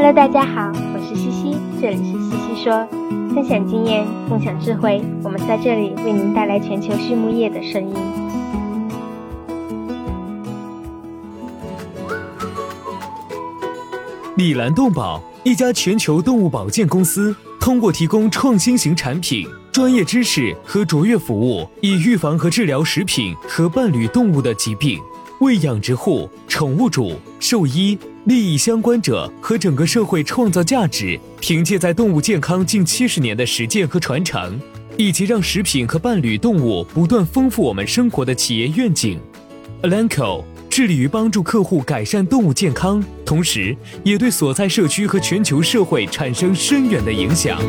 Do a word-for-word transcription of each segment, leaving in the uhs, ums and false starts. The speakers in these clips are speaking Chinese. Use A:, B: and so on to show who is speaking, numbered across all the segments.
A: Hello， 大家好，我是西西，这里是西西说，分享经验，共享智慧，我们在这里为您带来全球畜牧业的声音。
B: 李兰动保，一家全球动物保健公司，通过提供创新型产品、专业知识和卓越服务，以预防和治疗食品和伴侣动物的疾病，为养殖户、宠物主、兽医、利益相关者和整个社会创造价值。凭借在动物健康近七十年的实践和传承，以及让食品和伴侣动物不断丰富我们生活的企业愿景 ，Elanco 致力于帮助客户改善动物健康，同时也对所在社区和全球社会产生深远的影响。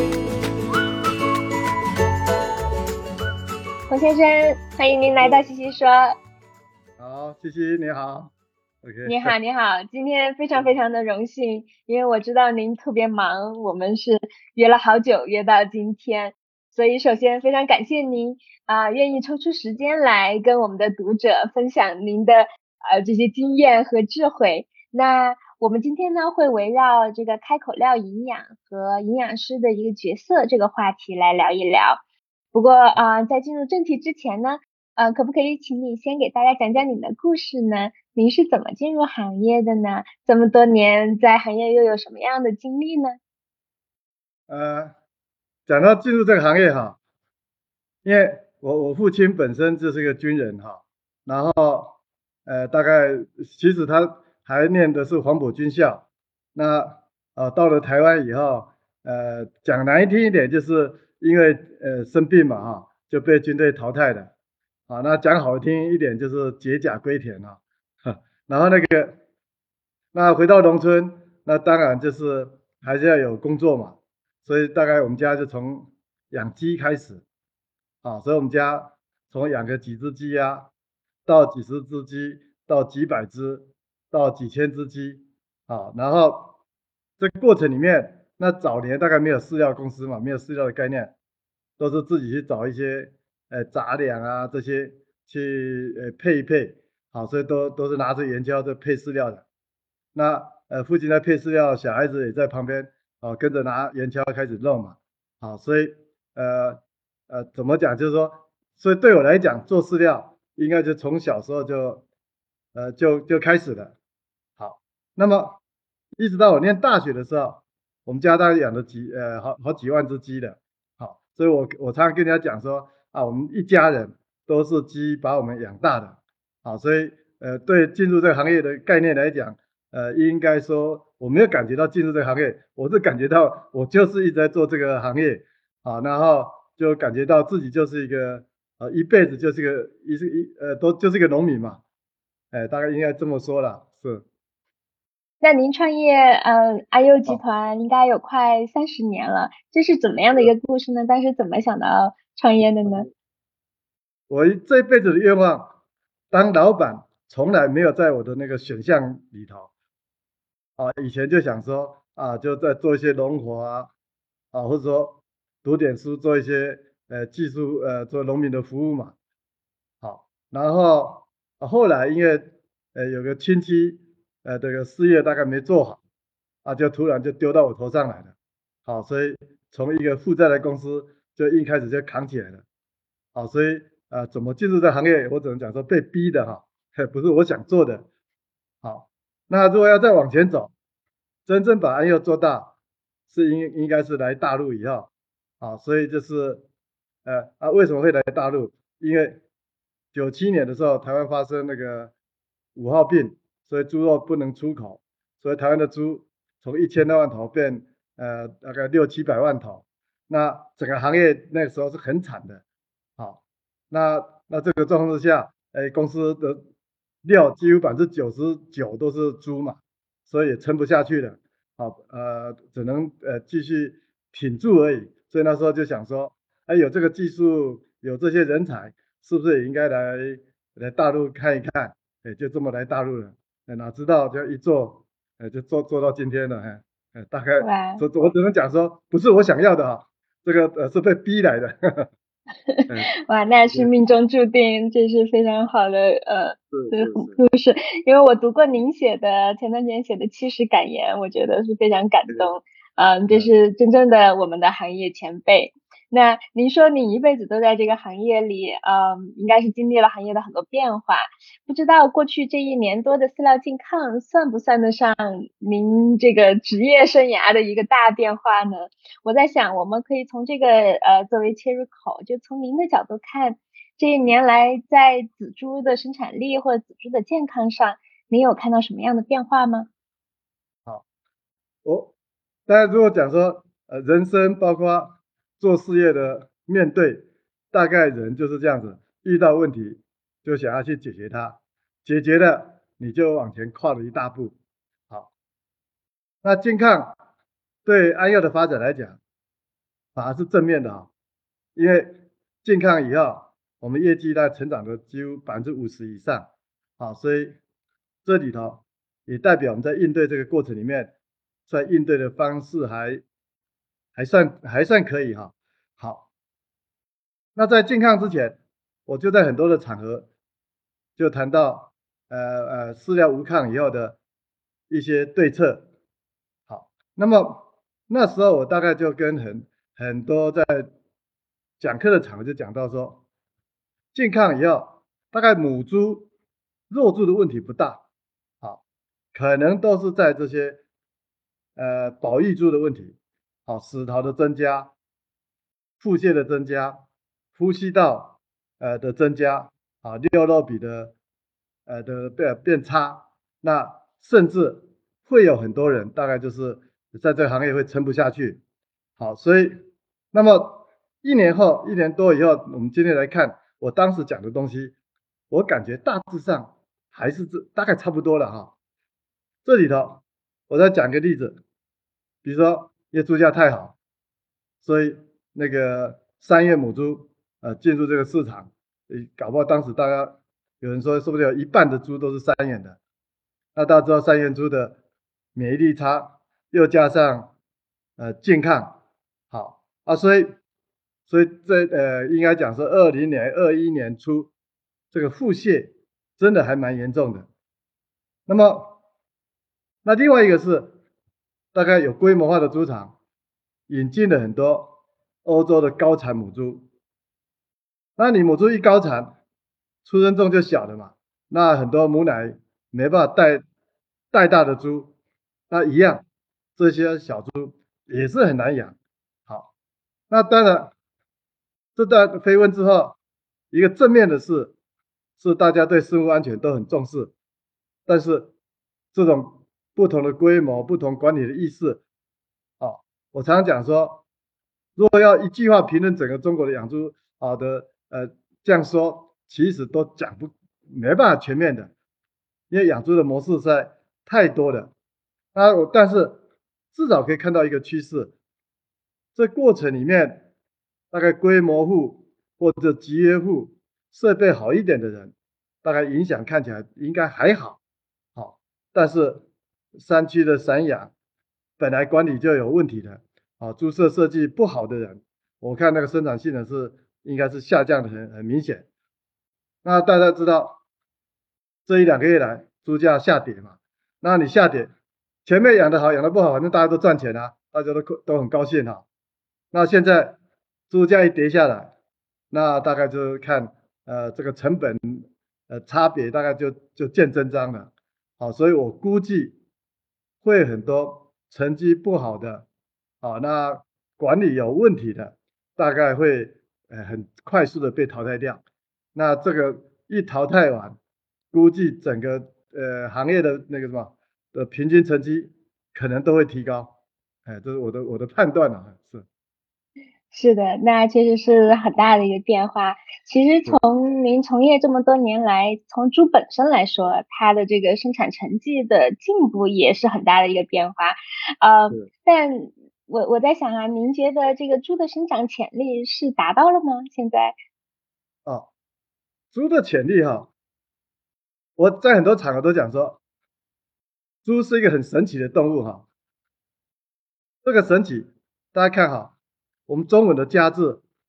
A: 洪先生，欢迎您来到西西说。
C: 好，西西你好。Okay.
A: 你好，你好，今天非常非常的荣幸，因为我知道您特别忙，我们是约了好久，约到今天，所以首先非常感谢您啊、呃，愿意抽出时间来跟我们的读者分享您的呃这些经验和智慧。那我们今天呢会围绕这个开口料营养和营养师的一个角色这个话题来聊一聊。不过啊、呃，在进入正题之前呢，呃，可不可以请你先给大家讲讲你的故事呢？您是怎么进入行业的呢？这么多年在行业又有什么样的经历呢？
C: 呃，讲到进入这个行业哈，因为我我父亲本身就是一个军人哈，然后呃大概其实他还念的是黄埔军校，那呃到了台湾以后，呃讲难听一点，就是因为呃生病嘛哈，就被军队淘汰了，啊那讲好听一点就是解甲归田啊。然后那个，那回到农村，那当然就是还是要有工作嘛，所以大概我们家就从养鸡开始，啊，所以我们家从养个几只鸡啊，到几十只鸡，到几百只，到几千只鸡，啊，然后这个过程里面，那早年大概没有饲料公司嘛，没有饲料的概念，都是自己去找一些呃杂粮啊这些去呃配一配。好，所以都都是拿着原胶在配饲料的。那呃，父亲在配饲料，小孩子也在旁边，哦，跟着拿原胶开始弄嘛。好，所以呃呃，怎么讲？就是说，所以对我来讲，做饲料应该就从小时候就呃就就开始了。好，那么一直到我念大学的时候，我们家大概养了几呃好好几万只鸡的。好，所以我我常常跟人家讲说啊，我们一家人都是鸡把我们养大的。好，所以呃，对进入这个行业的概念来讲，呃，应该说我没有感觉到进入这个行业，我是感觉到我就是一直在做这个行业，啊，然后就感觉到自己就是一个呃一辈子就是一个一是一呃都就是一个农民嘛，哎、呃，大概应该这么说啦，是。
A: 那您创业，嗯 ，I U 集团应该有快三十年了，这是怎么样的一个故事呢？当时怎么想到创业的呢？
C: 我这辈子的愿望。当老板从来没有在我的那个选项里头，啊，以前就想说啊，就在做一些农活啊，啊，或者说读点书，做一些呃技术呃做农民的服务嘛，好，然后、啊、后来因为呃有个亲戚呃这个事业大概没做好，啊，就突然就丢到我头上来了，好，所以从一个负债的公司就一开始就扛起来了，好，所以。啊、呃，怎么进入这行业？我只能讲说被逼的哈，不是我想做的。好，那如果要再往前走，真正把安佑做大，是应应该是来大陆以后，啊，所以就是呃啊为什么会来大陆？因为九七年的时候，台湾发生那个五号病，所以猪肉不能出口，所以台湾的猪从一千多万头变呃大概六七百万头，那整个行业那个时候是很惨的，好。那那这个状况之下，哎，公司的料几乎百分之九十九都是猪嘛，所以也撑不下去了，好，呃，只能呃继续挺住而已。所以那时候就想说，哎，有这个技术，有这些人才，是不是也应该来来大陆看一看？哎，就这么来大陆了。哎，哪知道就一做，哎，就做做到今天了，哎，哎，大概，我我只能讲说，不是我想要的哈，这个呃是被逼来的。 嗯，
A: 哇，那是
C: 对，
A: 命中注定，这是非常好的呃
C: 是
A: 的
C: 是是，
A: 故事。因为我读过您写的前段时间写的七十感言，我觉得是非常感
C: 对，
A: 动。嗯，这
C: 嗯，
A: 是真正的我们的行业前辈。那您说你一辈子都在这个行业里，嗯，应该是经历了行业的很多变化。不知道过去这一年多的饲料健康算不算得上您这个职业生涯的一个大变化呢？我在想，我们可以从这个呃作为切入口，就从您的角度看，这一年来在仔猪的生产力或者仔猪的健康上，您有看到什么样的变化吗？
C: 好，我大家如果讲说，呃，人生包括做事业的面对，大概人就是这样子，遇到问题就想要去解决它，解决了你就往前跨了一大步。好，那健康对安药的发展来讲，反而是正面的哈，因为健康以后，我们业绩在成长的几乎百分之五十以上，好，所以这里头也代表我们在应对这个过程里面，在应对的方式还还算还算可以哈。好，那在健康之前，我就在很多的场合就谈到呃呃饲料无抗以后的一些对策。好，那么那时候我大概就跟很很多在讲课的场合就讲到说，健康以后大概母猪肉猪的问题不大，好，可能都是在这些呃保育猪的问题，好，食桃的增加，腹泻的增加，呼吸道呃的增加，啊，六肉比的呃的变变差，那甚至会有很多人大概就是在这个行业会撑不下去。好，所以那么一年后一年多以后，我们今天来看我当时讲的东西，我感觉大致上还是这大概差不多了哈。这里头我再讲个例子，比如说因为猪价太好，所以那个三月母猪呃进入这个市场，呃搞不好当时大家有人说说不定有一半的猪都是三元的，那大家知道三元猪的免疫力差，又加上呃健康好啊，所以所以这呃应该讲是二零年二一年初这个腹泻真的还蛮严重的。那么那另外一个是大概有规模化的猪场引进了很多欧洲的高产母猪，那你母猪一高产，出生重就小了嘛，那很多母奶没办法带带大的猪，那一样这些小猪也是很难养。好，那当然这段飞问之后，一个正面的是是大家对生物安全都很重视，但是这种不同的规模、不同管理的意识，啊，我常常讲说，如果要一句话评论整个中国的养猪好的呃这样说，其实都讲不没办法全面的，因为养猪的模式实在太多了。啊，我但是至少可以看到一个趋势，这过程里面大概规模户或者集约户设备好一点的人，大概影响看起来应该还好，好，但是山区的散养本来管理就有问题的，啊，猪舍设计不好的人，我看那个生产性呢是应该是下降的很很明显。那大家知道这一两个月来猪价下跌嘛，那你下跌，前面养得好养得不好，反正大家都赚钱啊，大家都都很高兴哈。那现在猪价一跌下来，那大概就是看呃这个成本呃差别大概就就见真章了。好，所以我估计会很多成绩不好的，啊，那管理有问题的，大概会呃很快速的被淘汰掉。那这个一淘汰完，估计整个呃行业的那个什么的平均成绩可能都会提高。哎，这是我的我的判断啊，是
A: 是的，那确实是很大的一个变化。其实
C: 是
A: 从您从业这么多年来，从猪本身来说，它的这个生产成绩的进步也是很大的一个变化。呃，
C: 是
A: 但我我在想啊，您觉得这个猪的生长潜力是达到了吗？现在？
C: 啊，猪的潜力哈，我在很多场合都讲说，猪是一个很神奇的动物哈。这个神奇，大家看哈，我们中文的家字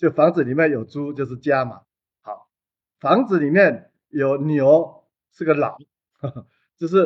C: 就房子里面有猪就是家嘛。好，房子里面有牛是个老，呵呵，就是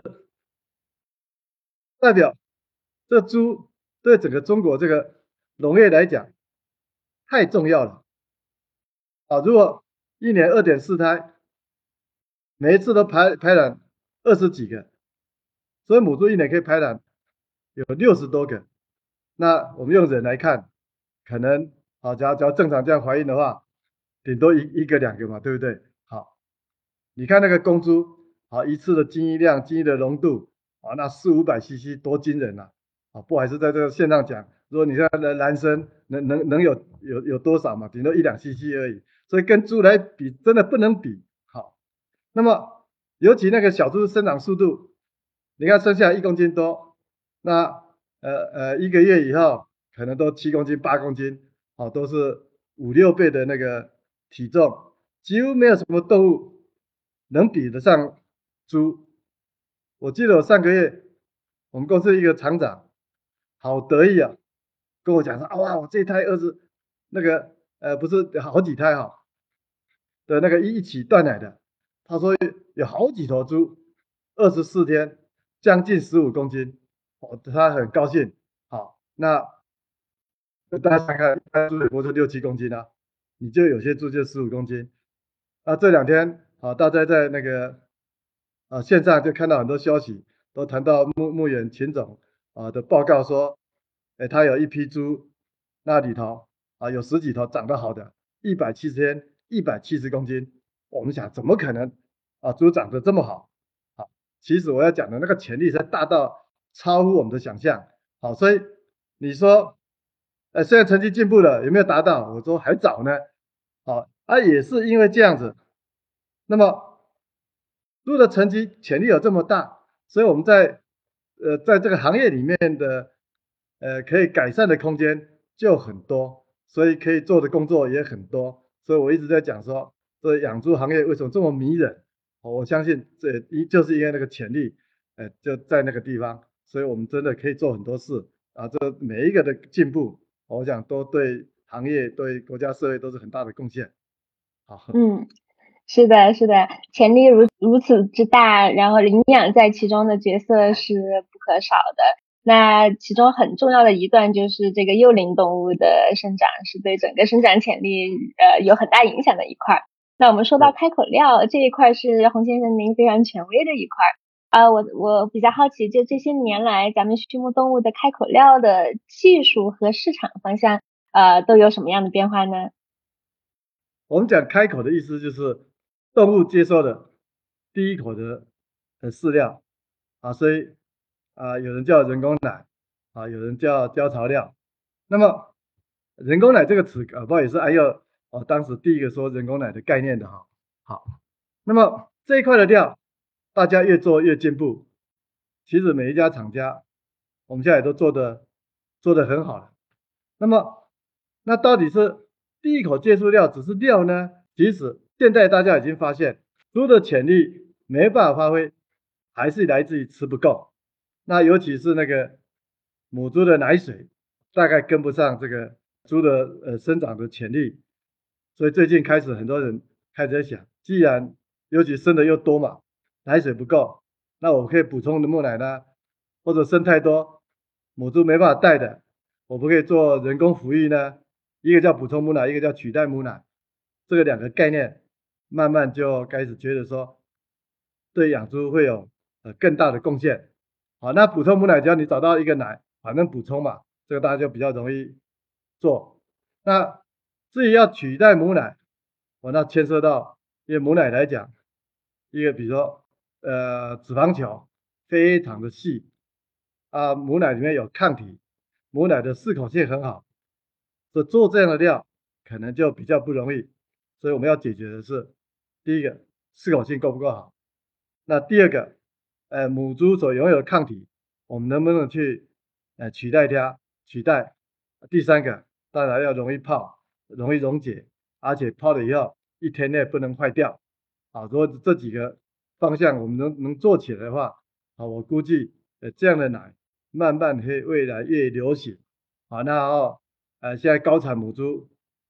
C: 代表这猪对整个中国这个农业来讲太重要了。啊，如果一年二点四胎，每一次都排排卵二十几个，所以母猪一年可以排卵有六十多个。那我们用人来看，可能啊，只要只要正常这样怀孕的话，顶多一一个两个嘛，对不对？好，你看那个公猪，啊，一次的精液量、精液的浓度，啊，那四五百 C C 多惊人啊！啊，不好意思，在这个线上讲，如果你现在的男生能能能有有有多少嘛？顶多一两 C C 而已，所以跟猪来比，真的不能比。好，那么尤其那个小猪生长速度，你看生下来一公斤多，那呃呃一个月以后可能都七公斤、八公斤，好，都是五六倍的那个体重，几乎没有什么动物能比得上猪。我记得我上个月我们公司一个厂长好得意啊，跟我讲说啊，哇，我这胎儿子那个呃不是好几胎哈的那个一起断奶的，他说有好几头猪，二十四天将近十五公斤，哦，他很高兴。好，那大家看看，一般猪也不是六七公斤啊，你就有些猪就十五公斤。啊，这两天啊，大家在那个啊线上就看到很多消息，都谈到牧牧原秦总啊的报告说，哎，他有一批猪，那里头啊有十几头长得好的，一百七十天，一百七十公斤。我们想怎么可能啊猪长得这么好？好，其实我要讲的那个潜力是大到超乎我们的想象。好，所以你说，呃，虽然成绩进步了，有没有达到？我说还早呢。好，啊，也是因为这样子，那么猪的成绩潜力有这么大，所以我们在呃在这个行业里面的呃可以改善的空间就很多，所以可以做的工作也很多。所以我一直在讲说，这养猪行业为什么这么迷人？我相信这一就是因为那个潜力，呃就在那个地方，所以我们真的可以做很多事啊。这每一个的进步，我想都对行业、对国家社会都是很大的贡献。好，
A: 嗯，是的，是的，潜力如如此之大，然后领养在其中的角色是不可少的。那其中很重要的一段就是这个幼龄动物的生长，是对整个生长潜力呃有很大影响的一块。那我们说到开口料这一块，是洪先生您非常权威的一块。啊，我我比较好奇，就这些年来，咱们畜牧动物的开口料的技术和市场方向，呃，都有什么样的变化呢？
C: 我们讲开口的意思就是动物接受的第一口的的饲料啊，所以啊有人叫人工奶啊，有人叫雕槽料。那么人工奶这个词啊，不好意思，哎呦，哦，当时第一个说人工奶的概念的哈。好，那么这一块的料，大家越做越进步。其实每一家厂家，我们现在也都做的做的很好了。那么那到底是第一口接触料只是料呢？其实现在大家已经发现，猪的潜力没办法发挥，还是来自于吃不够。那尤其是那个母猪的奶水，大概跟不上这个猪的呃生长的潜力。所以最近开始很多人开始在想，既然尤其生的又多嘛，奶水不够，那我可以补充的母奶呢，或者生太多，母猪没办法带的，我不可以做人工抚育呢？一个叫补充母奶，一个叫取代母奶，这个两个概念，慢慢就开始觉得说，对养猪会有呃更大的贡献。好，那补充母奶，只要你找到一个奶，反正补充嘛，这个大家就比较容易做。那至于要取代母奶，我那牵涉到，因为母奶来讲，一个比如说呃脂肪球非常的细啊，母奶里面有抗体，母奶的适口性很好，所以做这样的料可能就比较不容易。所以我们要解决的是，第一个适口性够不够好，那第二个，呃母猪所拥有的抗体，我们能不能去呃取代它？取代。第三个，当然要容易泡，容易溶解，而且泡了以后一天内不能坏掉。啊，如果这几个方向我们能能做起来的话，啊，我估计呃这样的奶慢慢会未来越流行。啊，那哦，呃现在高产母猪啊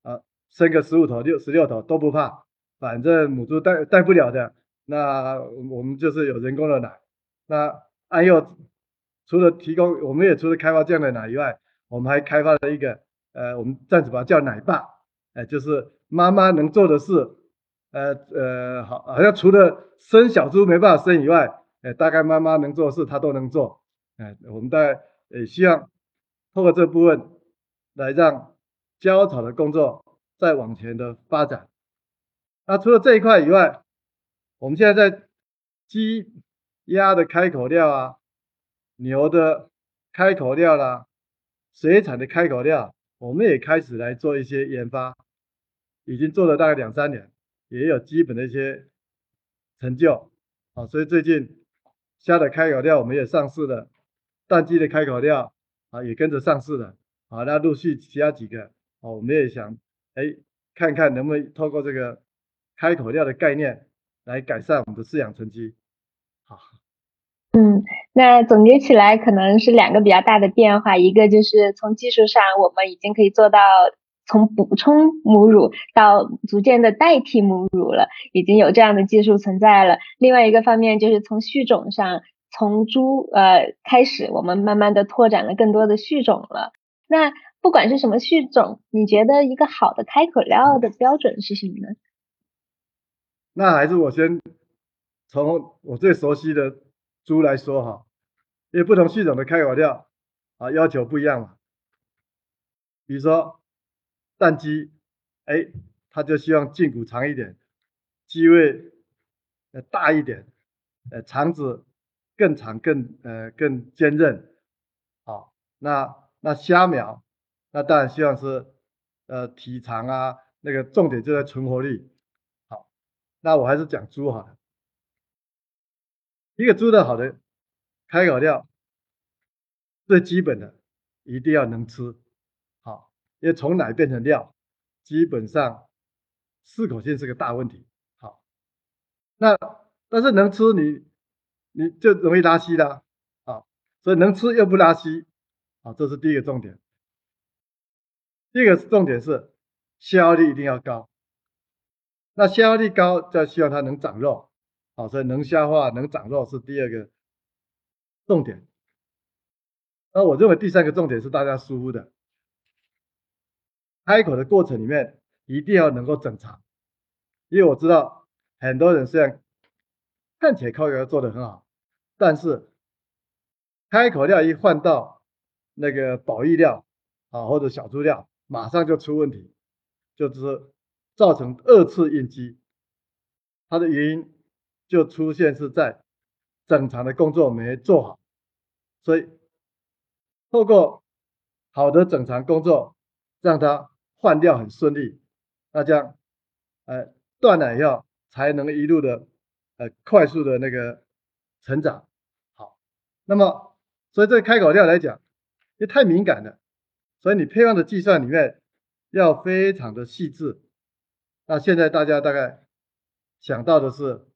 C: 生个十五头、六十六头都不怕，反正母猪带带不了的，那我们就是有人工的奶。那安幼除了提供，我们也除了开发这样的奶以外，我们还开发了一个，呃，我们暂时把它叫奶爸，呃，就是妈妈能做的事，呃呃，好，好像除了生小猪没办法生以外，呃，大概妈妈能做的事她都能做，呃，我们大概也希望透过这部分来让交草的工作再往前的发展。那除了这一块以外，我们现在在鸡、鸭的开口料啊，牛的开口料啦，水产的开口料，我们也开始来做一些研发，已经做了大概两三年，也有基本的一些成就啊。所以最近虾的开口料我们也上市了，蛋鸡的开口料啊也跟着上市了啊。那陆续其他几个啊，我们也想哎看看能不能透过这个开口料的概念来改善我们的饲养成绩。好。
A: 嗯，那总结起来可能是两个比较大的变化，一个就是从技术上我们已经可以做到从补充母乳到逐渐的代替母乳了，已经有这样的技术存在了。另外一个方面就是从畜种上，从猪呃开始，我们慢慢的拓展了更多的畜种了。那不管是什么畜种，你觉得一个好的开口料的标准是什么呢？
C: 那还是我先从我最熟悉的猪来说哈，因为不同畜种的开口料啊要求不一样嘛。比如说蛋鸡，哎，它就希望胫骨长一点，鸡胃呃大一点，呃肠子更长更呃更坚韧。好，那那虾苗，那当然希望是呃体长啊，那个重点就在存活率。好，那我还是讲猪好了。一个猪的好的开口料，最基本的一定要能吃，好，因为从奶变成料，基本上适口性是个大问题。好，那但是能吃你你就容易拉稀啦，好，所以能吃又不拉稀，好，这是第一个重点。第二个重点是消耗力一定要高，那消耗力高就希望它能长肉，好，所以能消化能长肉是第二个重点。那我认为第三个重点是大家疏忽的，开口的过程里面一定要能够整肠，因为我知道很多人虽然看起来开口料做得很好，但是开口料一换到那个保益料啊或者小猪料，马上就出问题，就是造成二次应激。它的原因就出现是在整肠的工作没做好，所以透过好的整肠工作，让它换料很顺利，那这样，呃，断奶以后才能一路的呃快速的那个成长。好，那么所以这个开口料来讲，因为太敏感了，所以你配方的计算里面要非常的细致。那现在大家大概想到的是，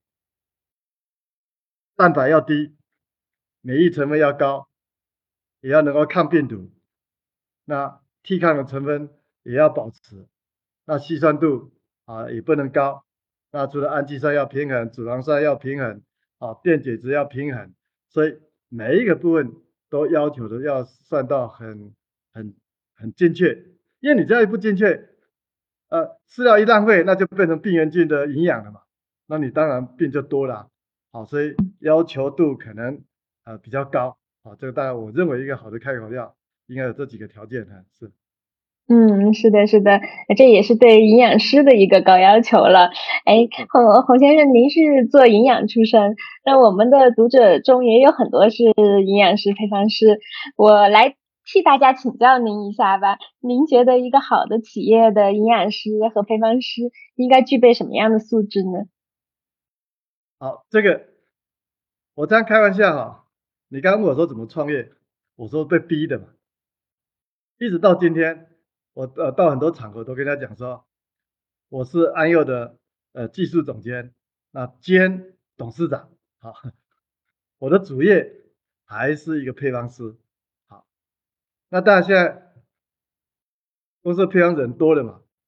C: 蛋白要低，免疫成分要高，也要能够抗病毒。那 T 抗的成分也要保持，那稀酸度啊也不能高。那除了氨基酸要平衡，脂肪酸要平衡，啊电解质要平衡，所以每一个部分都要求的要算到很很很精确。因为你只要一不精确，呃饲料一浪费，那就变成病原菌的营养了嘛，那你当然病就多了。好，所以要求度可能呃比较高。好，这个当然我认为一个好的开口料应该有这几个条件哈，是。
A: 嗯，是的，是的，这也是对营养师的一个高要求了。哎，洪洪先生，您是做营养出身，那我们的读者中也有很多是营养师、配方师，我来替大家请教您一下吧。您觉得一个好的企业的营养师和配方师应该具备什么样的素质呢？
C: 好，这个我这样开玩笑哈，你刚刚问我说怎么创业，我说被逼的嘛，一直到今天。我呃到很多场合都跟他讲说，我是安佑的呃技术总监，那兼董事长，好，我的主业还是一个配方师，好，那当然现在公司配方人多了嘛，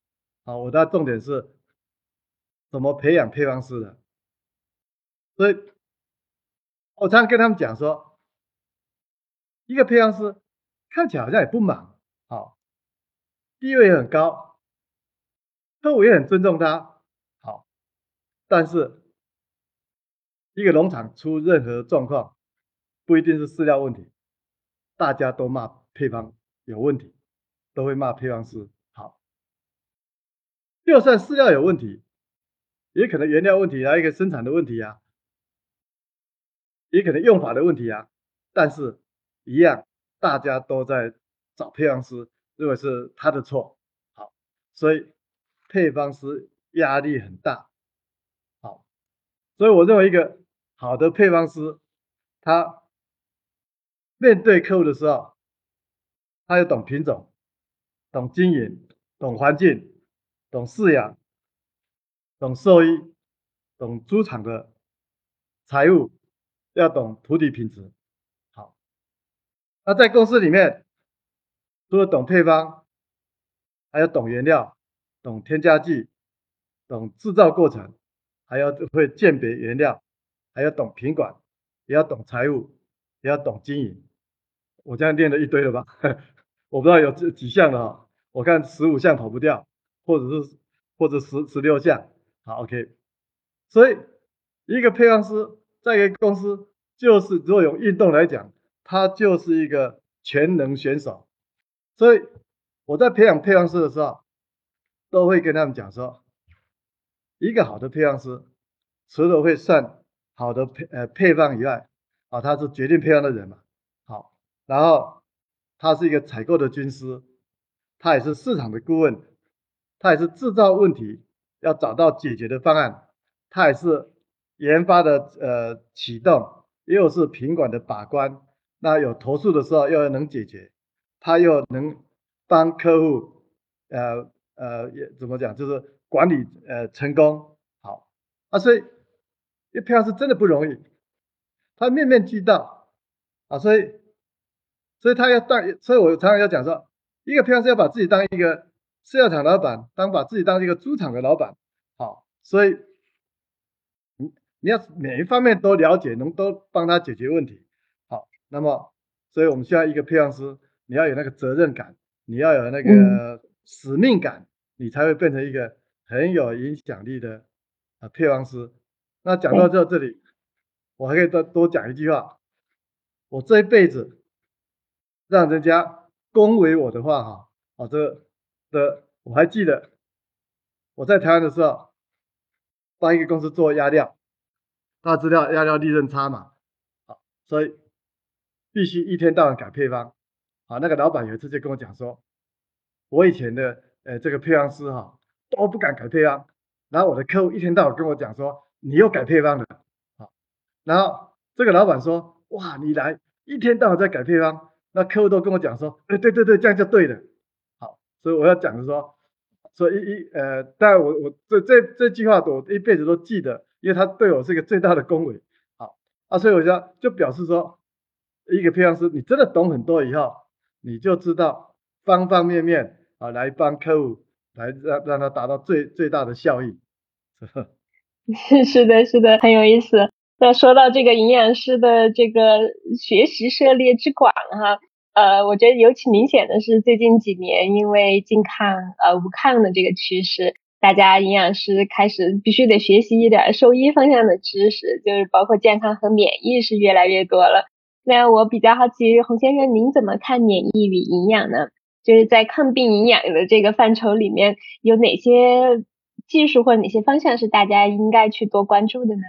C: 好，我的重点是怎么培养配方师的。所以我常常跟他们讲说，一个配方师看起来好像也不忙，好，地位也很高，客户也很尊重他，好，但是一个农场出任何状况，不一定是饲料问题，大家都骂配方有问题，都会骂配方师。好，就算饲料有问题，也可能原料问题啊，一个生产的问题啊，也可能用法的问题啊，但是一样，大家都在找配方师，认为是他的错。好，所以配方师压力很大。好，所以我认为一个好的配方师，他面对客户的时候，他要懂品种，懂经营，懂环境，懂饲养，懂兽医，懂猪场的财务，要懂土地品质。好，那在公司里面，除了懂配方，还要懂原料，懂添加剂，懂制造过程，还要会鉴别原料，还要懂品管，也要懂财务，也要懂经营。我这样练了一堆了吧？我不知道有几几项了哈，我看十五项跑不掉，或者是或者十十六项。好 ，OK。所以一个配方师在一个公司，就是如果用运动来讲，他就是一个全能选手。所以我在培养配方师的时候，都会跟他们讲说，一个好的配方师，除了会算好的配呃配方以外，啊，他是决定配方的人嘛，好，然后他是一个采购的军师，他也是市场的顾问，他也是制造问题要找到解决的方案，他也是研发的呃启动，又是品管的把关，那有投诉的时候又要能解决，他又能帮客户呃呃也怎么讲，就是管理呃成功。好啊，所以因为配方师真的不容易，他面面俱到啊，所以所以他要当，所以我常常要讲说，一个配方师要把自己当一个饲料厂老板，当把自己当一个猪场的老板。好，所以你你要每一方面都了解，能都帮他解决问题。好，那么所以我们需要一个配方师，你要有那个责任感，你要有那个使命感，你才会变成一个很有影响力的啊配方师。那讲到这这里，我还可以多多讲一句话，我这一辈子让人家恭维我的话哈，啊这的我还记得我在台湾的时候，帮一个公司做压料，大家知道压料利润差嘛，好，所以必须一天到晚改配方。好，那个老板有一次就跟我讲说，我以前的呃这个配方师哈都不敢改配方，然后我的客户一天到晚跟我讲说你又改配方了，好，然后这个老板说哇你来一天到晚在改配方，那客户都跟我讲说，哎对对对这样就对了，好，所以我要讲的说，所以一呃，当然我我这这这句话我一辈子都记得，因为他对我是一个最大的恭维，好啊，所以我想就表示说，一个配方师你真的懂很多以后，你就知道方方面面啊来帮客户来让让他达到最最大的效益。
A: 是的，是的，很有意思。那说到这个营养师的这个学习涉猎之广哈，呃，我觉得尤其明显的是最近几年，因为禁抗呃无抗的这个趋势，大家营养师开始必须得学习一点兽医方向的知识，就是包括健康和免疫是越来越多了。那我比较好奇，洪先生您怎么看免疫与营养呢？就是在抗病营养的这个范畴里面，有哪些技术或哪些方向是大家应该去多关注的呢？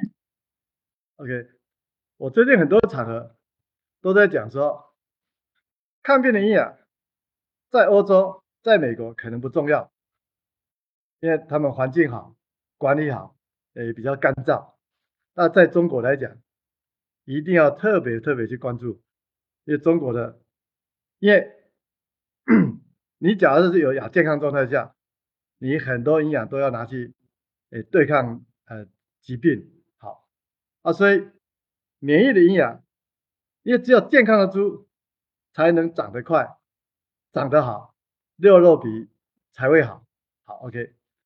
C: OK，我最近很多场合都在讲说，抗病的营养在欧洲、在美国可能不重要，因为他们环境好，管理好，也比较干燥。那在中国来讲，一定要特别特别去关注，因为中国的，因为你假如是有亚健康状态下，你很多营养都要拿去诶对抗呃疾病，好啊，所以免疫的营养，因为只有健康的猪才能长得快，长得好，六肉比才会好，好 OK。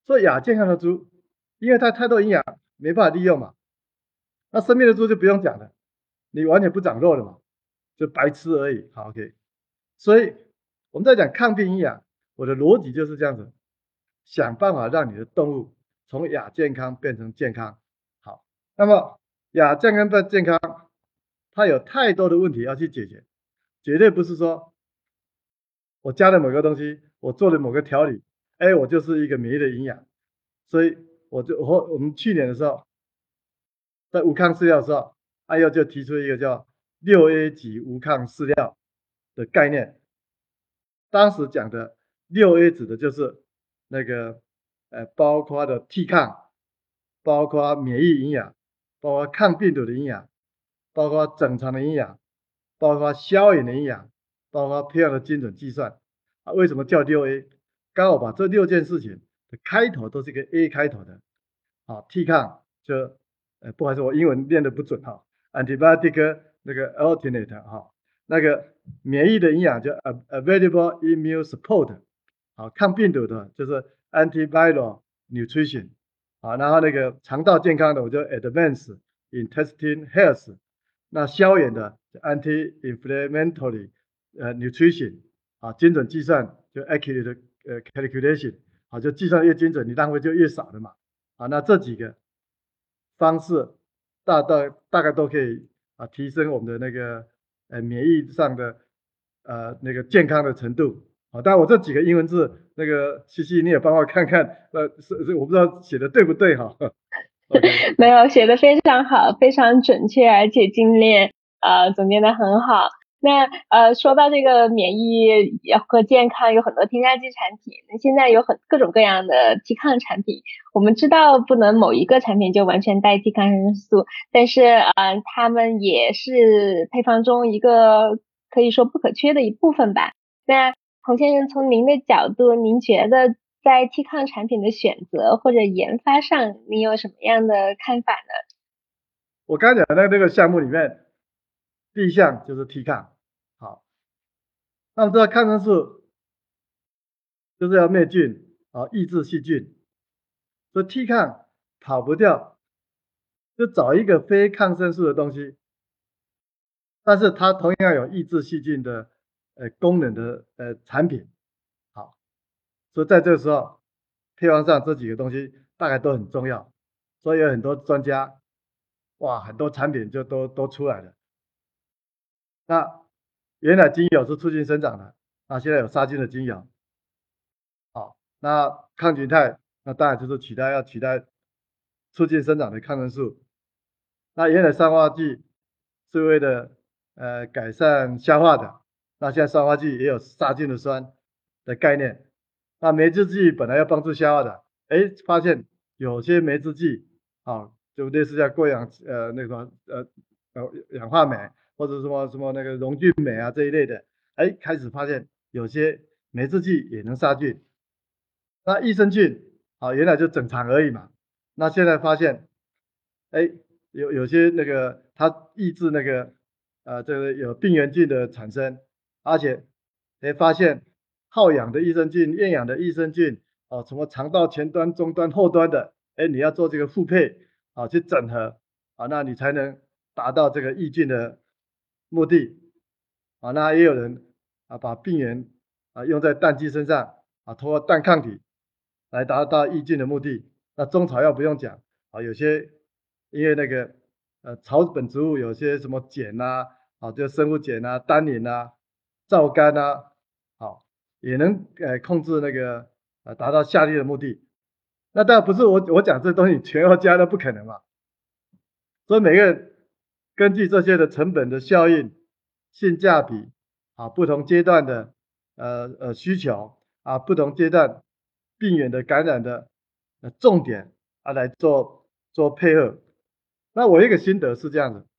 C: 所以亚健康的猪，因为它太多营养没办法利用嘛，那生病的猪就不用讲了，你完全不长肉了嘛，就白吃而已。好 ，OK。所以我们在讲抗病营养，我的逻辑就是这样子，想办法让你的动物从亚健康变成健康。好，那么亚健康变健康，它有太多的问题要去解决，绝对不是说我加了某个东西，我做了某个调理，哎，我就是一个免疫的营养。所以我就我我们去年的时候，在无抗饲料的时候，艾优就提出一个叫六 A 级无抗饲料的概念。当时讲的六 A 指的就是那个呃，包括的 T 抗，包括免疫营养，包括抗病毒的营养，包括整肠的营养，包括消炎的营养，包括培养的精准计算。啊，为什么叫六 A？ 刚好把这六件事情的开头都是一个 A 开头的。啊 ，T 抗就呃，不好意思，我英文练得不准哈。antibiotic 那个 alternate 哈，那个免疫的营养叫 available immune support。好，抗病毒的就是 antiviral nutrition。好，然后那个肠道健康的我就 advanced intestine health。那消炎的 anti-inflammatory 呃 nutrition。啊，精准计算就 accurate 呃 calculation。好，就计算越精准，你浪费就越少的嘛。啊，那这几个方式大大大概都可以啊提升我们的那个呃免疫上的呃那个健康的程度。好，当然我这几个英文字，那个西西你也帮我看看，呃是是我不知道写的对不对哈。
A: Okay. 没有，写的非常好，非常准确，而且精炼，呃，总结的很好。那呃，说到这个免疫和健康，有很多添加剂产品，那现在有很各种各样的替抗产品。我们知道不能某一个产品就完全代替抗生素，但是呃，它们也是配方中一个可以说不可缺的一部分吧。那洪先生，从您的角度，您觉得在替抗产品的选择或者研发上，你有什么样的看法呢？
C: 我刚讲的那个项目里面，第一项就是替抗。好，那我们知道抗生素就是要灭菌啊，抑制细菌，所以替抗跑不掉，就找一个非抗生素的东西，但是它同样有抑制细菌的呃功能的呃产品。好，所以在这个时候，配方上这几个东西大概都很重要，所以有很多专家，哇，很多产品就都都出来了。那原来精油是促进生长的，那现在有杀菌的精油。好，那抗菌肽，那当然就是取代要取代促进生长的抗生素。那原来酸化剂是为了呃改善消化的，那现在酸化剂也有杀菌的酸的概念。那酶制剂本来要帮助消化的，哎，发现有些酶制剂，啊，就类似像过氧呃那个呃呃氧化镁或者什么什么那个溶菌镁啊这一类的，哎，开始发现有些酶制剂也能杀菌。那益生菌，啊，原来就整肠而已嘛，那现在发现，哎，有有些那个它抑制那个呃这个有病原菌的产生，而且哎发现好氧的益生菌、厌氧的益生菌，哦，什么肠道前端、中端、后端的，哎，你要做这个复配，啊，去整合，啊，那你才能达到这个抑菌的目的。啊，那也有人啊把病原啊用在蛋鸡身上，啊，通过蛋抗体来达到抑菌的目的。那中草药不用讲，啊，有些因为那个呃草本植物有些什么碱呐，啊，就生物碱啊、单宁啊、皂苷啊，好，也能呃控制那个呃达到下列的目的。那当然不是我我讲这东西全要加的不可能嘛，所以每个人根据这些的成本的效应、性价比啊，不同阶段的呃呃需求啊，不同阶段病原的感染的呃重点啊来做做配合。那我一个心得是这样的，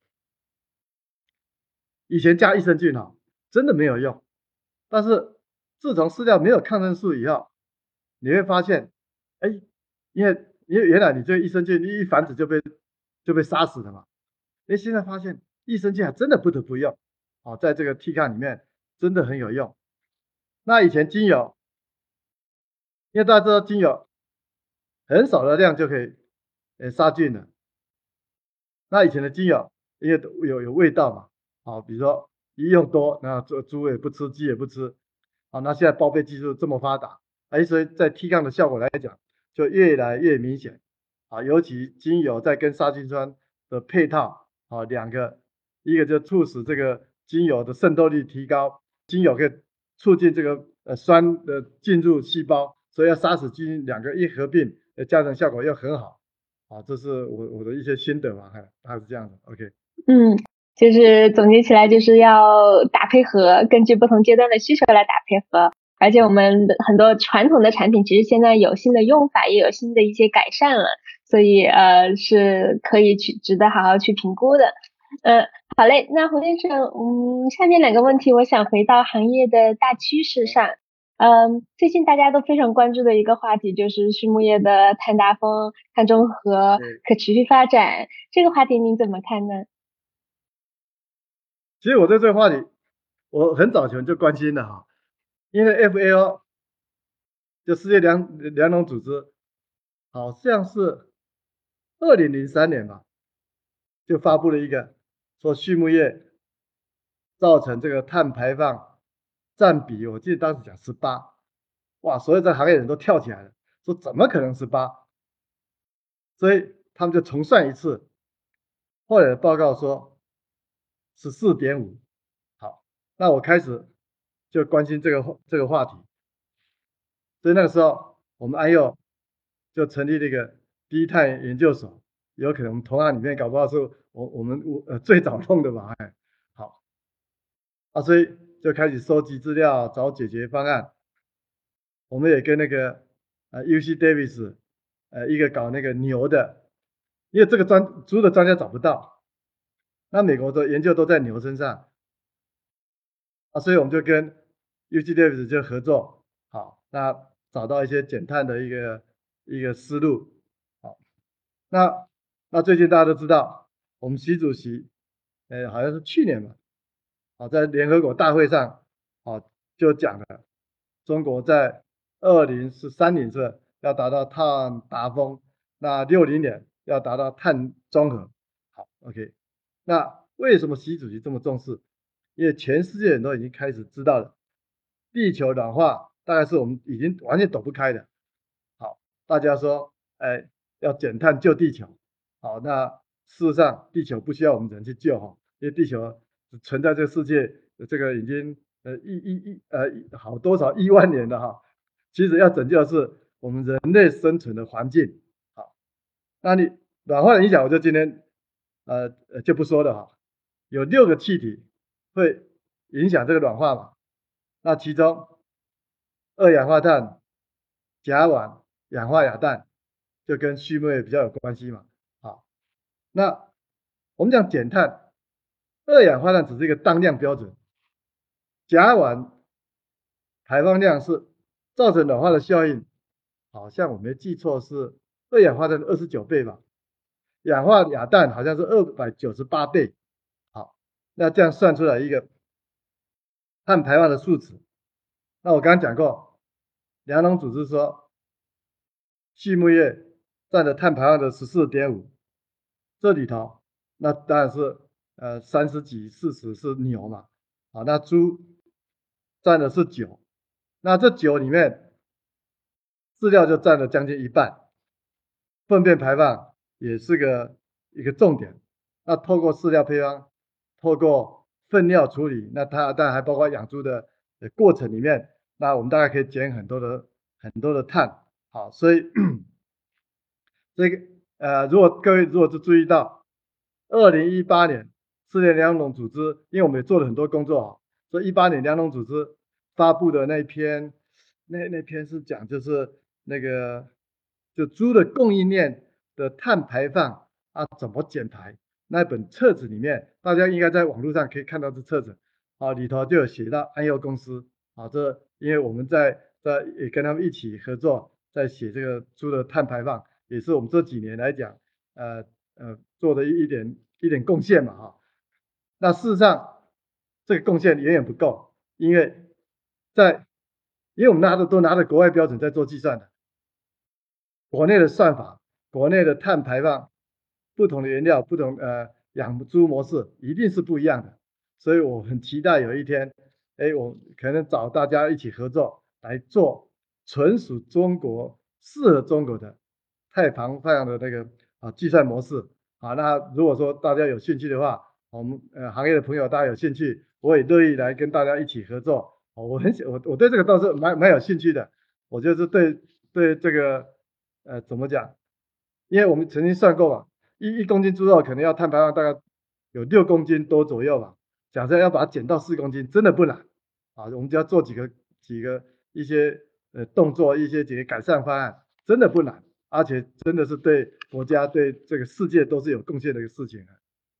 C: 以前加益生菌哈真的没有用，但是自从饲料没有抗生素以后，你会发现，哎，因为因为原来你这个益生菌一繁殖就被就被杀死了嘛，哎，现在发现益生菌还真的不得不用，哦，在这个替抗里面真的很有用。那以前精油，因为大家知道精油很少的量就可以呃杀菌了。那以前的精油因为有有味道嘛，好，比如说一用多，那猪猪也不吃，鸡也不吃，好，那现在包被技术这么发达，哎，所以在提杠的效果来讲，就越来越明显，啊，尤其精油在跟杀菌酸的配套，啊，两个，一个就促使这个精油的渗透率提高，精油可以促进这个呃酸的进入细胞，所以要杀死菌，两个一合并，呃，加成效果又很好。啊，这是我我的一些心得嘛，还还是这样的 ，OK。
A: 嗯，就是总结起来就是要打配合，根据不同阶段的需求来打配合。而且我们的很多传统的产品，其实现在有新的用法，也有新的一些改善了，所以呃是可以去值得好好去评估的。嗯、呃，好嘞，那胡先生，嗯，下面两个问题，我想回到行业的大趋势上。嗯，最近大家都非常关注的一个话题就是畜牧业的碳达峰、碳中和、可持续发展，这个话题您怎么看呢？
C: 其实我对这个话题，我很早前就关心了哈，因为 F A O 就世界粮粮农组织，好像是二零零三年吧，就发布了一个说畜牧业造成这个碳排放占比，我记得当时讲十八，哇，所有这行业人都跳起来了，说怎么可能十八？所以他们就重算一次，后来的报告说十四点五。好，那我开始就关心这个这个话题，所以那个时候我们安幼就成立了一个低碳研究所，有可能我们同行里面搞不好是我我们呃最早弄的吧，哎，好，啊，所以就开始收集资料，找解决方案。我们也跟那个呃 U C Davis 呃一个搞那个牛的，因为这个专猪的专家找不到，那美国的研究都在牛身上，啊，所以我们就跟 U C Davis 就合作，好，那找到一些减碳的一个一个思路，好，那那最近大家都知道，我们习主席，呃，好像是去年吧，好，在联合国大会上，好，就讲了，中国在二零三零年要达到碳达峰，那六零年要达到碳中和，好 ，OK， 那为什么习主席这么重视？因为全世界人都已经开始知道了，地球暖化大概是我们已经完全躲不开的。好，大家说，哎，要减碳救地球。好，那事实上地球不需要我们人去救哈，因为地球存在这个世界，这个已经呃亿亿亿呃好多少亿万年了哈。其实要拯救的是我们人类生存的环境。好，那你暖化的影响，我就今天呃呃就不说了哈。有六个气体会影响这个暖化嘛？那其中二氧化碳、甲烷、氧化亚氮就跟畜牧业比较有关系嘛。好，那我们讲减碳，二氧化碳只是一个当量标准，甲烷排放量是造成暖化的效应，好像我没记错是二氧化碳的二十九倍吧，氧化亚氮好像是二百九十八倍。好，那这样算出来一个碳排放的数值。那我刚刚讲过，粮农组织说，畜牧业占了碳排放的 十四点五， 这里头那当然是呃三十几四十是牛嘛，好，那猪占的是九，那这九里面饲料就占了将近一半，粪便排放也是个一个重点。那透过饲料配方，透过粪料处理，那它当然还包括养猪的过程里面，那我们大概可以减很多的很多的碳。好，所以这个呃，如果各位如果是注意到，二零一八年世界粮农组织，因为我们也做了很多工作啊，所以一八年粮农组织发布的那篇，那那篇是讲就是那个就猪的供应链的碳排放啊怎么减排，那本册子里面，大家应该在网络上可以看到这册子，啊里头就有写到安佑公司，啊这因为我们在在也跟他们一起合作，在写这个猪的碳排放，也是我们这几年来讲，呃呃做的一点一点贡献嘛哈。那事实上这个贡献远远不够，因为在因为我们拿的都拿着国外标准在做计算的， 国内的算法、国内的碳排放、不同的原料、不同呃养猪模式一定是不一样的，所以我很期待有一天，哎，我可能找大家一起合作来做纯属中国适合中国的碳排放的那个啊计算模式啊。那如果说大家有兴趣的话，我们呃行业的朋友大家有兴趣，我也乐意来跟大家一起合作。哦、我很我我对这个倒是蛮蛮有兴趣的，我就是对对这个呃怎么讲？因为我们曾经算过嘛，一一公斤猪肉可能要碳排放大概有六公斤多左右吧。假设要把它减到四公斤，真的不难啊。我们只要做几个几个一些呃动作，一些几个改善方案，真的不难，而且真的是对国家对这个世界都是有贡献的一个事情。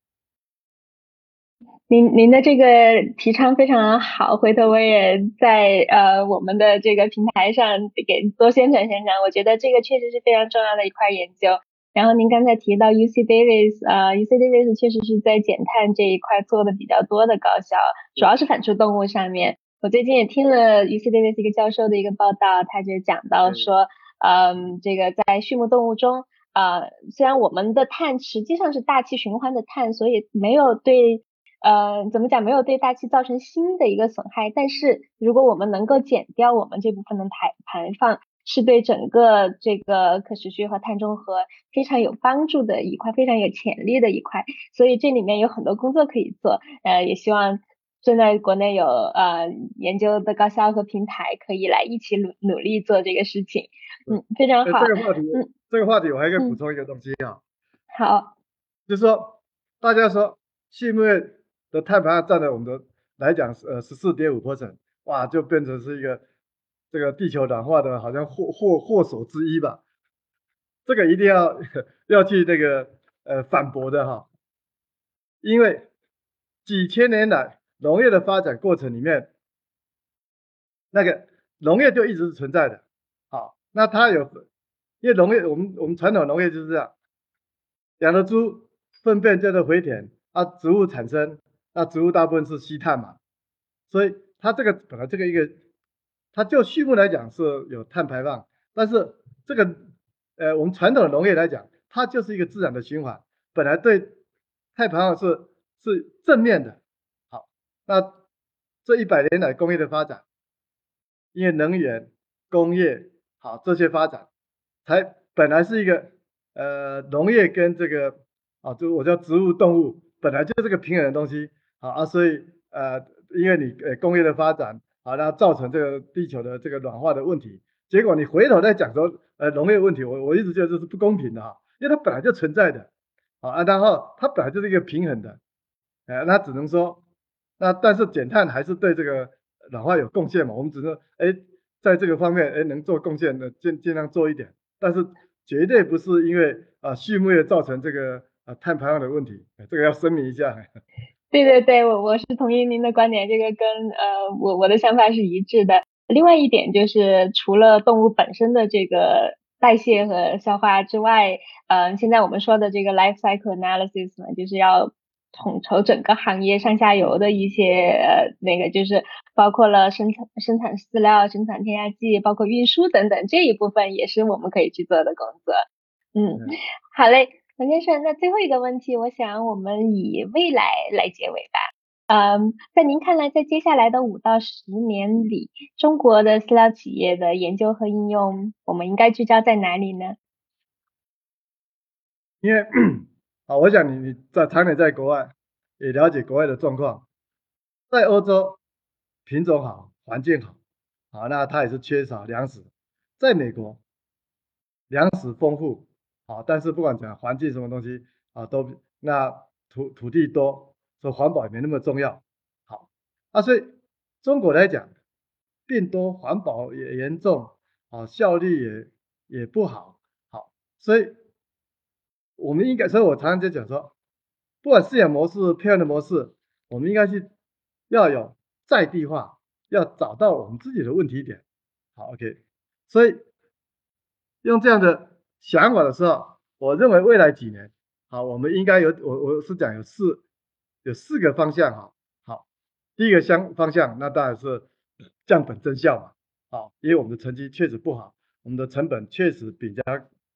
A: 您您的这个提倡非常好，回头我也在呃我们的这个平台上给多宣传宣传。我觉得这个确实是非常重要的一块研究。然后您刚才提到 U C Davis， 呃 U C Davis 确实是在减碳这一块做的比较多的高校，主要是反刍动物上面。我最近也听了 U C Davis 一个教授的一个报道，他就讲到说，嗯，这个在畜牧动物中，呃，虽然我们的碳实际上是大气循环的碳，所以没有对呃，怎么讲，没有对大气造成新的一个损害，但是如果我们能够减掉我们这部分的排排放，是对整个这个可持续和碳中和非常有帮助的一块，非常有潜力的一块，所以这里面有很多工作可以做，呃，也希望现在国内有呃研究的高校和平台可以来一起努努力做这个事情，嗯，非常好。
C: 这个话题，
A: 嗯，
C: 这个话题我还可以补充一个东西啊，
A: 好，
C: 就是说大家说畜牧业的碳排放占了我们的来讲呃十四点五 percent， 哇，就变成是一个这个地球暖化的好像祸祸祸首之一吧。这个一定要要去那个呃反驳的哈，因为几千年来农业的发展过程里面，那个农业就一直是存在的。好，那它有，因为农业我们我们传统农业就是这样，养的猪粪便叫做回填，啊，植物产生，那植物大部分是吸碳嘛，所以它这个本来这个一个，它就畜牧来讲是有碳排放，但是这个呃我们传统的农业来讲，它就是一个自然的循环，本来对碳排放是是正面的。好，那这一百年来工业的发展，因为能源、工业好这些发展，才本来是一个呃农业跟这个啊，就我叫植物动物，本来就是个平衡的东西啊啊，所以呃因为你呃工业的发展啊，那造成这个地球的这个暖化的问题，结果你回头再讲说呃农业问题，我我一直觉得这是不公平的哈，因为它本来就存在的啊，然后它本来就是一个平衡的，呃那只能说那但是减碳还是对这个暖化有贡献嘛，我们只能哎在这个方面哎能做贡献的尽尽量做一点，但是绝对不是因为啊畜牧业造成这个啊碳排放的问题，这个要声明一下。
A: 对对对，我我是同意您的观点，这个跟呃我我的想法是一致的。另外一点就是，除了动物本身的这个代谢和消化之外，呃，现在我们说的这个 life cycle analysis 呢，就是要统筹整个行业上下游的一些呃那个，就是包括了生产生产饲料、生产添加剂，包括运输等等这一部分，也是我们可以去做的工作。嗯，好嘞。陈先生，那最后一个问题，我想我们以未来来结尾吧。嗯，在您看来，在接下来的五到十年里，中国的饲料企业的研究和应用，我们应该聚焦在哪里呢？
C: 因为啊，我想你你在常年在国外，也了解国外的状况，在欧洲品种好，环境好，好，那它也是缺少粮食，在美国粮食丰富。好，但是不管讲环境什么东西啊，都那土土地多，所以环保也没那么重要。好，啊，所以中国来讲，病多，环保也严重，啊，效率也也不好。好，所以我们应该，所以我常常就讲说，不管饲养模式、配养的模式，我们应该去要有在地化，要找到我们自己的问题点。好 ，OK， 所以用这样的想法的时候，我认为未来几年，好，我们应该有我我是讲有四有四个方向哈。好，第一个相方向，那当然是降本增效嘛。好，因为我们的成绩确实不好，我们的成本确实比人家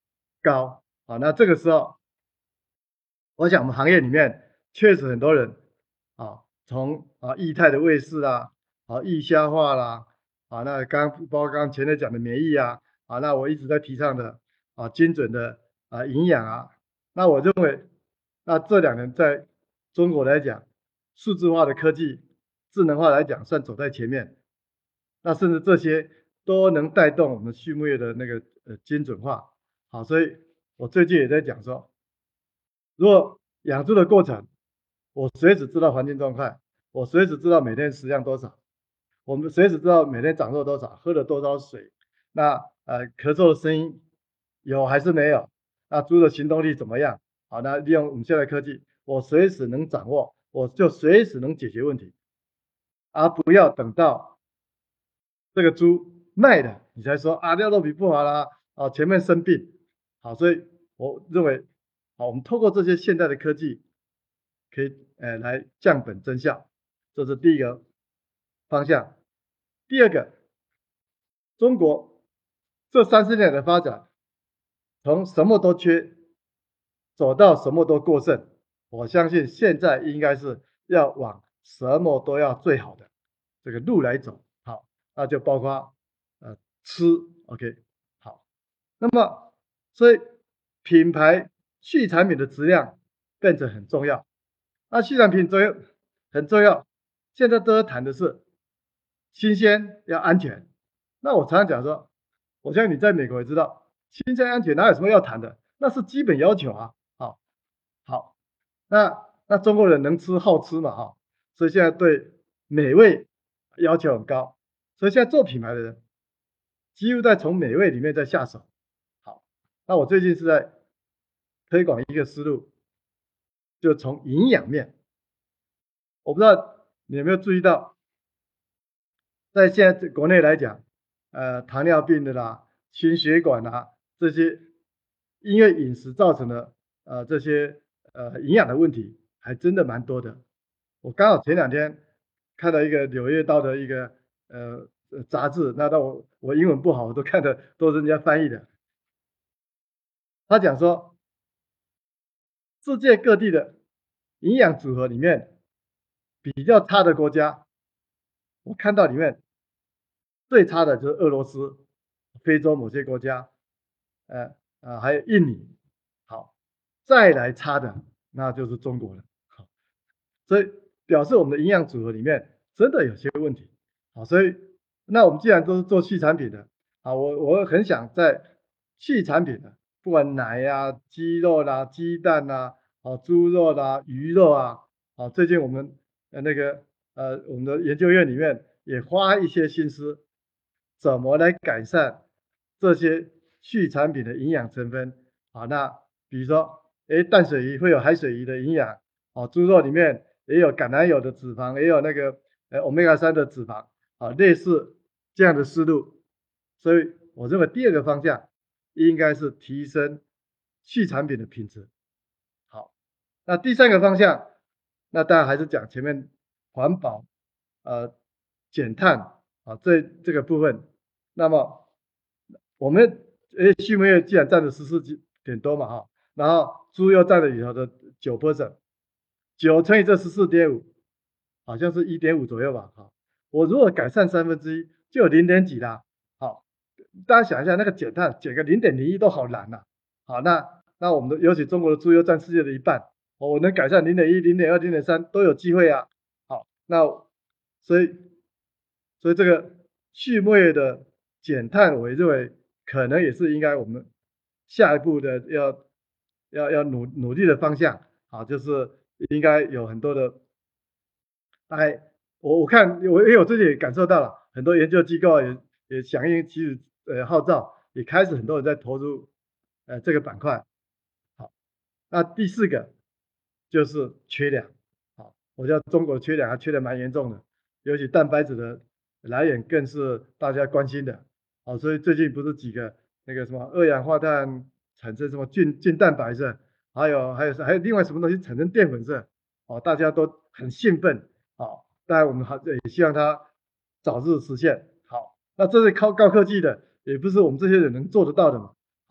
C: 高。好，那这个时候，我想我们行业里面确实很多人啊，从啊液态的卫士啊，啊易消化啦，啊那刚包括刚刚前面讲的免疫啊，啊那我一直在提倡的啊精准的啊营养啊，那我认为那这两年在中国来讲，数字化的科技、智能化来讲算走在前面，那甚至这些都能带动我们畜牧业的那个呃精准化。好，所以我最近也在讲说，如果养猪的过程，我随时知道环境状态，我随时知道每天食量多少，我们随时知道每天长肉多少，喝了多少水，那呃咳嗽的声音有还是没有，那猪的行动力怎么样？好，那利用我们现在科技，我随时能掌握，我就随时能解决问题，而不要等到这个猪卖了你才说啊尿肉比不好啦，啊前面生病，好，所以我认为，好，我们透过这些现代的科技，可以呃来降本增效，这是第一个方向。第二个，中国这三十年的发展，从什么都缺，走到什么都过剩，我相信现在应该是要往什么都要最好的这个路来走。好，那就包括呃吃 ，OK， 好，那么所以品牌畜产品的质量变成很重要。那畜产品重要很重要，现在都在谈的是新鲜要安全。那我常常讲说，我相信你在美国也知道，新鲜安全哪有什么要谈的，那是基本要求啊。好，好，那那中国人能吃好吃嘛哈，所以现在对美味要求很高，所以现在做品牌的人几乎在从美味里面在下手。好，那我最近是在推广一个思路，就从营养面，我不知道你有没有注意到，在现在国内来讲，呃，糖尿病的啦、心血管啦这些，因为饮食造成的呃这些呃营养的问题，还真的蛮多的。我刚好前两天看到一个《柳叶刀》的一个呃杂志，那到我我英文不好，我都看的都是人家翻译的。他讲说，世界各地的营养组合里面比较差的国家，我看到里面最差的就是俄罗斯、非洲某些国家，呃呃还有印尼，好，再来差的那就是中国了。好，所以表示我们的营养组合里面真的有些问题。好，所以那我们既然都是做畜产品的，啊，我我很想在畜产品的，不管奶呀、鸡肉啦、鸡蛋啦、啊猪肉啦、鱼肉啊，啊最近我们呃那个呃我们的研究院里面也花一些心思，怎么来改善这些畜产品的营养成分。啊，那比如说，诶淡水鱼会有海水鱼的营养，啊猪肉里面也有橄榄油的脂肪，也有那个呃 omega 三的脂肪，啊类似这样的思路。所以我认为第二个方向应该是提升畜产品的品质。好，那第三个方向，那当然还是讲前面环保、呃减碳啊这这个部分。那么我们呃畜牧业既然占了十四点多嘛哈，然后猪又占了里头的九 percent， 九乘以这十四点五，好像是一点五左右吧哈。我如果改善三分之一，就有零点几啦。好，大家想一下，那个减碳减个零点零一都好难呐、啊。好，那那我们的尤其中国的猪又占世界的一半，哦，我能改善零点一、零点二、零点三都有机会啊。好，那所以所以这个畜牧业的减碳，我认为可能也是应该我们下一步的要要要努努力的方向。好，就是应该有很多的，大概我我看我因为我自己也感受到了，很多研究机构也也响应其实呃号召，也开始很多人在投入呃这个板块。好，那第四个就是缺粮。好，我觉得中国缺粮还缺的蛮严重的，尤其蛋白质的来源更是大家关心的。好，所以最近不是几个那个什么二氧化碳产生什么菌菌蛋白是，还有还有还有另外什么东西产生淀粉是，哦，大家都很兴奋。好，当然我们还也希望它早日实现。好，那这是靠高科技的，也不是我们这些人能做得到的嘛。好，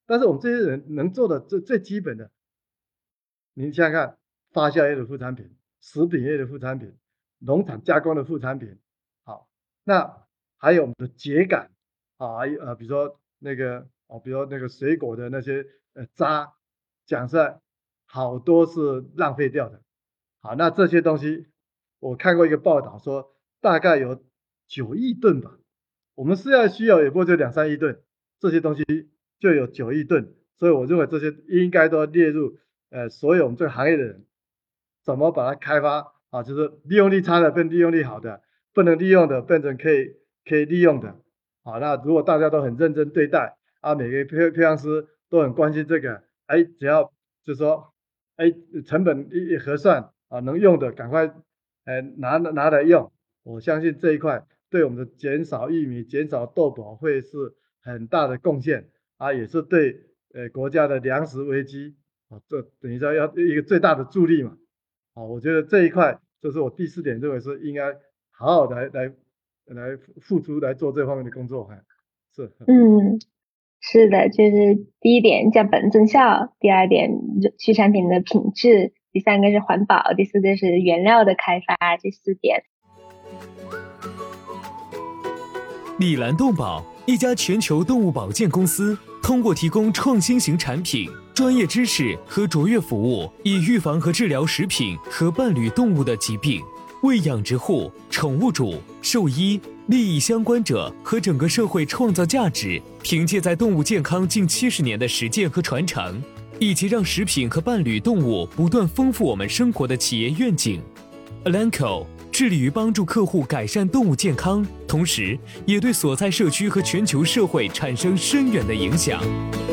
C: 但是我们这些人能做的最最基本的，您想想看，发酵业的副产品、食品业的副产品、农场加工的副产品，好，那还有我们的秸秆啊，还有呃，比如说那个哦，比如说那个水果的那些呃渣，讲实在，好多是浪费掉的。好，那这些东西，我看过一个报道说，大概有九亿吨吧。我们饲料需要也不过就两三亿吨，这些东西就有九亿吨，所以我认为这些应该都要列入呃所有我们这个行业的人怎么把它开发啊，就是利用率差的变利用率好的，不能利用的变成可以可以利用的。好，那如果大家都很认真对待啊，每个配配方师都很关心这个，哎，只要就是说，哎，成本一一核算啊，能用的赶快呃拿拿来用，我相信这一块对我们的减少玉米、减少豆粕会是很大的贡献啊，也是对呃国家的粮食危机啊，这等于说要一个最大的助力嘛。啊，我觉得这一块就是我第四点认为是应该好好的来来来付出来做这方面的工作，哈，是。
A: 嗯，是的，就是第一点降本增效，第二点畜产品的品质，第三个是环保，第四个是原料的开发，这四点。
B: 李兰动保，一家全球动物保健公司，通过提供创新型产品、专业知识和卓越服务，以预防和治疗食品和伴侣动物的疾病，为养殖户、宠物主、兽医、利益相关者和整个社会创造价值。凭借在动物健康近七十年的实践和传承，以及让食品和伴侣动物不断丰富我们生活的企业愿景 ，Elanco 致力于帮助客户改善动物健康，同时也对所在社区和全球社会产生深远的影响。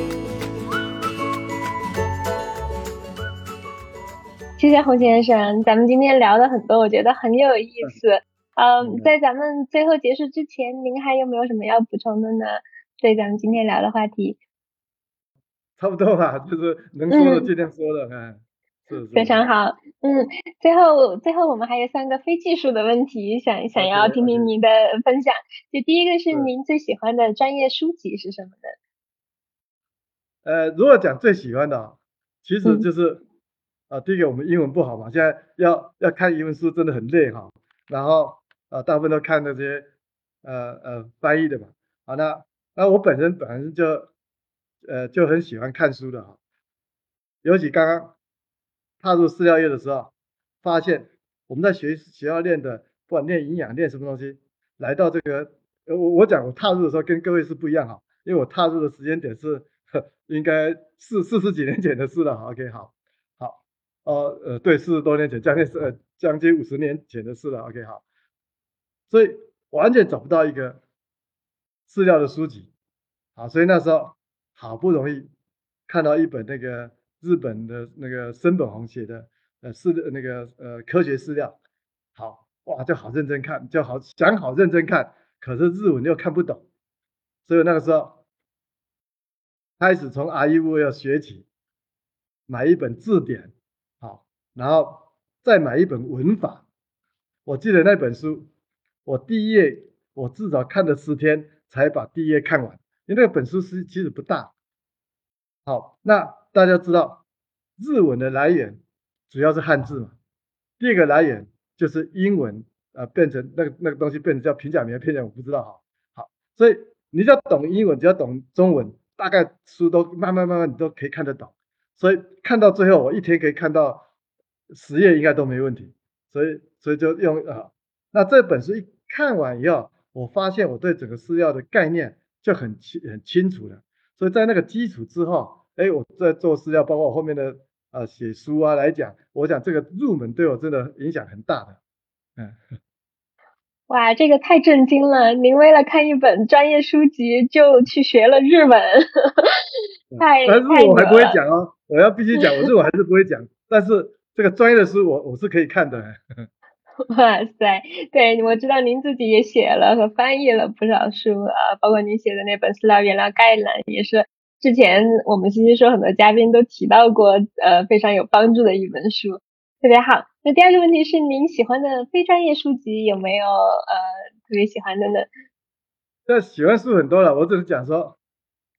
A: 谢谢洪先生，咱们今天聊了很多，我觉得很有意思。嗯，在咱们最后结束之前，您还有没有什么要补充的呢？对咱们今天聊的话题。
C: 差不多吧，就是能说的尽量说的，嗯，是是。
A: 非常好，嗯，最后最后我们还有三个非技术的问题，想想要听听您的分享。就第一个是您最喜欢的专业书籍是什么呢？
C: 呃，如果讲最喜欢的，其实就是。嗯啊，第一个我们英文不好嘛，现在要要看英文书真的很累哈。然后啊，大部分都看那些呃呃翻译的嘛。好，那那我本身本身就呃就很喜欢看书的哈。尤其刚刚踏入饲料业的时候，发现我们在学学校练的，不管练营养练什么东西，来到这个呃我我讲我踏入的时候跟各位是不一样哈，因为我踏入的时间点是应该四四十几年前的事了。OK， 好。哦，呃，对，四十多年前，将近是呃将近五十年前的事了。OK， 好，所以完全找不到一个饲料的书籍，好，所以那时候好不容易看到一本那个日本的那个森本弘写的呃饲那个呃科学饲料，好，哇，就好认真看，就好想好认真看，可是日文又看不懂，所以那个时候开始从 R E V 要学起，买一本字典。好，然后再买一本文法。我记得那本书，我第一页我至少看了十天才把第一页看完，因为那本书是其实不大。好，那大家知道日文的来源主要是汉字嘛，第二个来源就是英文啊、呃，变成那个那个东西变成叫平假名片假名，我不知道哈。好，所以你只要懂英文，只要懂中文，大概书都慢慢慢慢你都可以看得懂。所以看到最后，我一天可以看到十页应该都没问题，所以所以就用啊，那这本书一看完以后，我发现我对整个饲料的概念就很清很清楚了，所以在那个基础之后，哎，我在做饲料，包括我后面的啊写书啊来讲，我讲这个入门对我真的影响很大的，嗯。
A: 哇，这个太震惊了！您为了看一本专业书籍就去学了日文，太
C: 但是我还不会讲
A: 哦，
C: 我要必须讲，我日文还是不会讲，但是这个专业的书我我是可以看的。
A: 哇塞，对，我知道您自己也写了和翻译了不少书啊，包括您写的那本《饲料原料概览》，也是之前我们其实说很多嘉宾都提到过，呃，非常有帮助的一本书，特别好。那第二个问题是，您喜欢的非专业书籍有没有呃特别喜欢的呢？
C: 这喜欢书很多了，我只是讲说，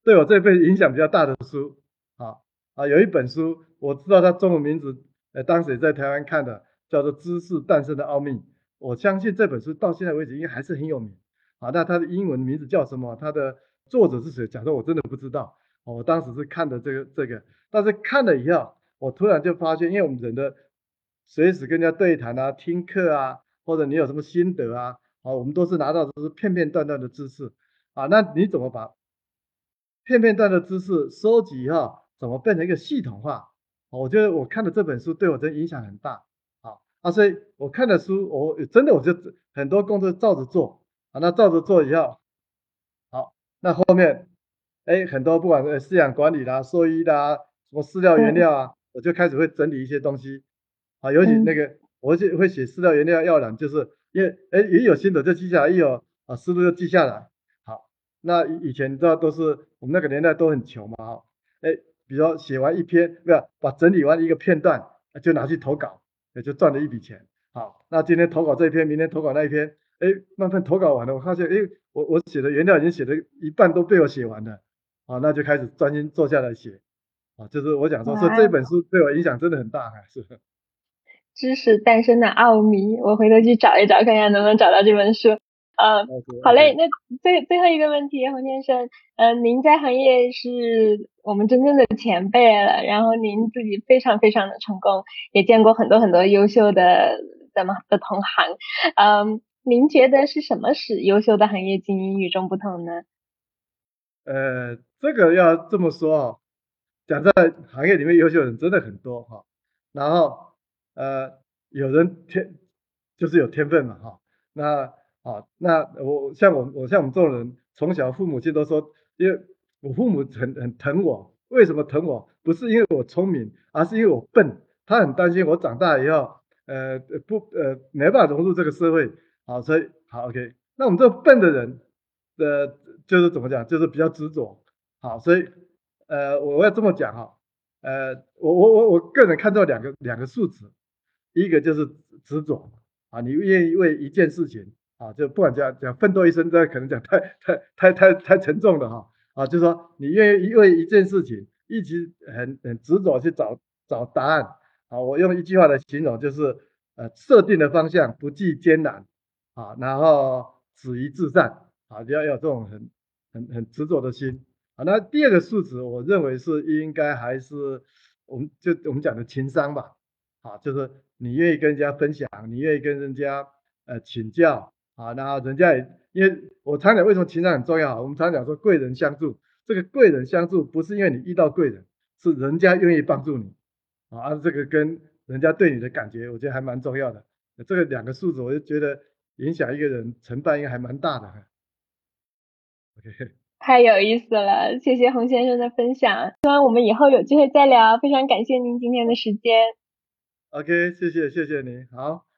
C: 对我这辈子影响比较大的书啊啊，有一本书我知道它中文名字，呃，当时也在台湾看的，叫做《知识诞生的奥秘》。我相信这本书到现在为止应该还是很有名啊。那它的英文名字叫什么？它的作者是谁？假设我真的不知道。我当时是看的这个这个，但是看了以后，我突然就发现，因为我们人的随时跟人家对谈啊、听课啊，或者你有什么心得啊，啊，我们都是拿到的是片片段段的知识啊。那你怎么把片片段的知识收集哈，怎么变成一个系统化？我觉得我看的这本书对我真影响很大啊啊，所以我看的书，我真的我就很多工作照着做啊，那照着做以后，好，那后面哎很多不管是饲养管理啦、兽医啦、什么饲料原料啊，我就开始会整理一些东西啊，尤其那个我就会写饲料原料要览，就是因为哎也有心得就记下来，一有啊思路就记下来。好，那以以前你知道都是我们那个年代都很穷嘛，哈，哎，比如说写完一篇，不要把整理完一个片段，就拿去投稿，也就赚了一笔钱。好，那今天投稿这一篇，明天投稿那一篇，哎，慢慢投稿完了，我发现，哎，我我写的原料已经写的一半都被我写完了，啊，那就开始专心坐下来写，啊，就是我讲说，说这本书对我影响真的很大，还是。
A: 知识诞生的奥秘，我回头去找一找，看看能不能找到这本书。呃，好嘞，那最最后一个问题，洪先生，呃，您在行业是我们真正的前辈了，然后您自己非常非常的成功，也见过很多很多优秀的咱们的同行，嗯，您觉得是什么使优秀的行业精英与众不同呢？
C: 呃，这个要这么说啊，讲在行业里面优秀的人真的很多哈，然后呃，有人天就是有天分嘛哈，那啊那我像我我像我们这种人，从小父母亲都说，因为我父母很很疼我，为什么疼我？不是因为我聪明，而是因为我笨，他很担心我长大以后呃不呃没办法融入这个社会，好，所以好 OK，那我们这笨的人的就是怎么讲，就是比较执着，好，所以呃我要这么讲哈，呃我我我我个人看到两个两个数值，一个就是执着啊，你愿意为一件事情啊，就不管讲讲奋斗一生，这可能讲太太太太太沉重了哈啊，就是说你愿意为一件事情一直很很执着去找找答案啊，我用一句话来形容就是呃设定的方向不计艰难啊，然后止于至善啊，就要有这种很很很执着的心啊。那第二个数值，我认为是应该还是我们就我们讲的情商吧。啊，就是你愿意跟人家分享，你愿意跟人家呃请教啊，然后人家也因为我常讲为什么情商很重要，我们常讲说贵人相助，这个贵人相助不是因为你遇到贵人，是人家愿意帮助你啊，这个跟人家对你的感觉，我觉得还蛮重要的。这个两个数字，我就觉得影响一个人成败应该还蛮大的。OK，
A: 太有意思了，谢谢洪先生的分享，希望我们以后有机会再聊，非常感谢您今天的时间。
C: OK，谢谢谢谢你，好。